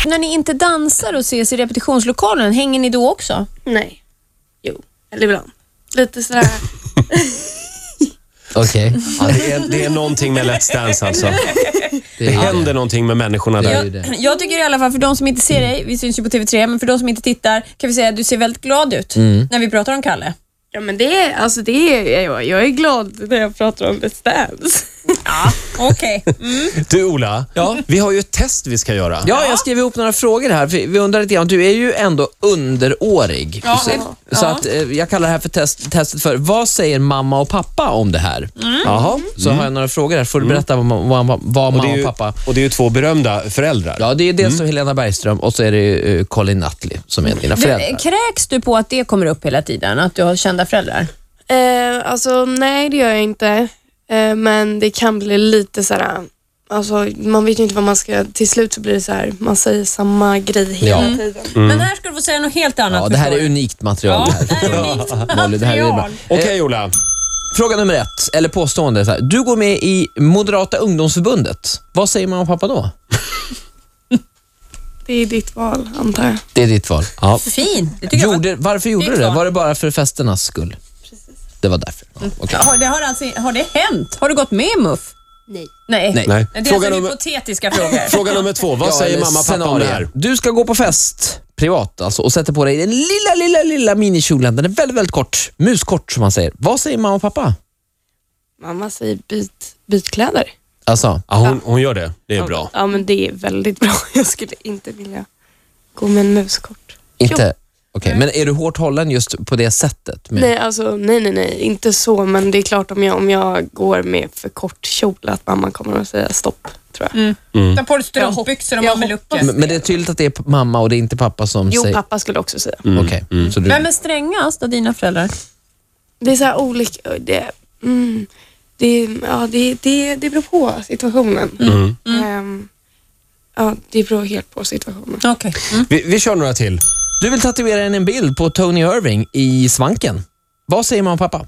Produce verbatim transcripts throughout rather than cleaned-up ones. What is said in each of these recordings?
när ni inte dansar och ses i repetitionslokalen, hänger ni då också? Nej. Jo, eller ibland. Lite sådär... Okej. Okay. Ja, det, är, det är någonting med Let's Dance alltså. Det, det händer det. någonting med människorna där. Jag, jag tycker i alla fall, för de som inte ser dig, vi syns ju på T V tre, men för de som inte tittar kan vi säga att du ser väldigt glad ut mm. när vi pratar om Kalle. Ja, men det är, alltså det är jag. Jag är glad när jag pratar om Let's Dance. Ja, okej. Okay. Mm. Du Ola, ja. vi har ju ett test vi ska göra. Ja, jag skriver ihop några frågor här. Vi undrar lite grann, du är ju ändå underårig. Ja. Så, ja. så att, jag kallar det här för test, testet för vad säger mamma och pappa om det här? Mm. Jaha. Så mm. har jag några frågor här. Får du berätta vad, vad, vad, vad mamma och, ju, och pappa... Och det är ju två berömda föräldrar. Ja, det är dels mm. Helena Bergström och så är det uh, Colin Nutley som är dina föräldrar. Du, kräks du på att det kommer upp hela tiden? Att du har kända föräldrar? Eh, alltså nej, det gör jag inte. Eh, men det kan bli lite så här. Alltså man vet ju inte vad man ska. Till slut så blir det så här. Man säger samma grej hela mm. tiden. Mm. Men här ska du få säga något helt annat. Ja, det här är unikt material. Ja, det här är unikt material. Det här är bra. Okej, okay, Ola. Fråga nummer ett, eller påstående. Så här. Du går med i Moderata ungdomsförbundet. Vad säger mamma och pappa då? Det är ditt val, antar jag. Det är ditt val. Ja. Fin. Det gjorde, varför gjorde du det? Var det bara för festernas skull? Precis. Det var därför. Ja, okay. har, det har, alltså, har det hänt? Har du gått med i M U F? Nej. Nej. Nej. Nej. Det är Fråga alltså nummer... hypotetiska frågor. Fråga nummer två. Vad ja, säger mamma och pappa om det här? Du ska gå på fest, privat alltså, och sätter på dig den lilla, lilla, lilla minikjolen. Den är väldigt, väldigt kort. Muskort som man säger. Vad säger mamma och pappa? Mamma säger byt, byt kläder. Alltså? Ja, hon, hon gör det. Det är ja, bra. Ja, men det är väldigt bra. Jag skulle inte vilja gå med en muskort. Inte? Okej, okay. Men är du hårt hållen just på det sättet? Med... Nej, alltså, nej, nej, nej. Inte så, men det är klart om jag, om jag går med för kort kjol att mamma kommer att säga stopp, tror jag. Mm. Mm. Ta på dig strumpbyxor och mamelucker. Men, men det är tydligt att det är mamma och det är inte pappa som jo, säger... Jo, pappa skulle också säga. Mm. Okej. Okay. Mm. Du... Vem är strängast av dina föräldrar? Det är så här olika... Det, mm, det, ja, det, det, det beror på situationen. Mm. Mm. Um, ja, det beror helt på situationen. Okay. Mm. Vi, vi kör några till. Du vill tatuera en bild på Tony Irving i svanken. Vad säger mamma och pappa?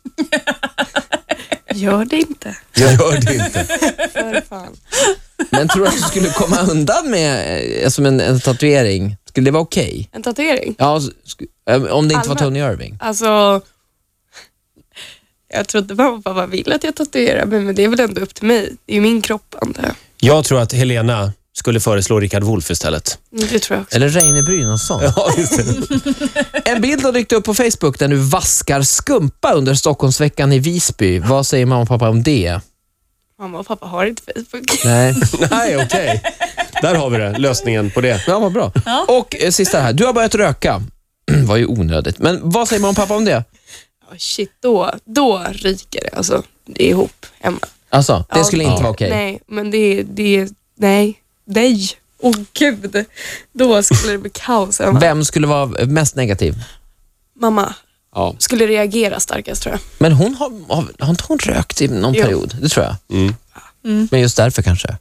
Gör det inte. Jag gör det inte. För fan. Men tror du att du skulle komma undan med som en, en tatuering? Skulle det vara okej? Okay? En tatuering? Ja, om det inte Allmän. var Tony Irving. Alltså... Jag tror inte mamma och pappa vill att jag tatuerar, men det är väl ändå upp till mig. Det är ju min kropp, antar jag. Jag tror att Helena skulle föreslå Rickard Wolff istället. Det tror jag också. Eller Reine Brynolfsson. Ja, just det. En bild har dykt upp på Facebook där du vaskar skumpa under Stockholmsveckan i Visby. Vad säger mamma och pappa om det? Mamma och pappa har inte Facebook. Nej. Nej, okej. Okay. Där har vi det, lösningen på det. Ja, vad bra. Ja. Och eh, sista här, du har börjat röka. Var ju onödigt. Men vad säger mamma och pappa om det? Oh, shit, då, då ryker det. Alltså, det är ihop hemma. Alltså, det skulle ja, inte vara okej? Okay. Nej, men det, det nej. Nej. Åh oh, gud. Då skulle det bli kaos hemma. Vem skulle vara mest negativ? Mamma. Ja. Skulle reagera starkast, tror jag. Men hon har, har, har inte hon rökt i någon jo. period? Det tror jag. Mm. Mm. Men just därför kanske.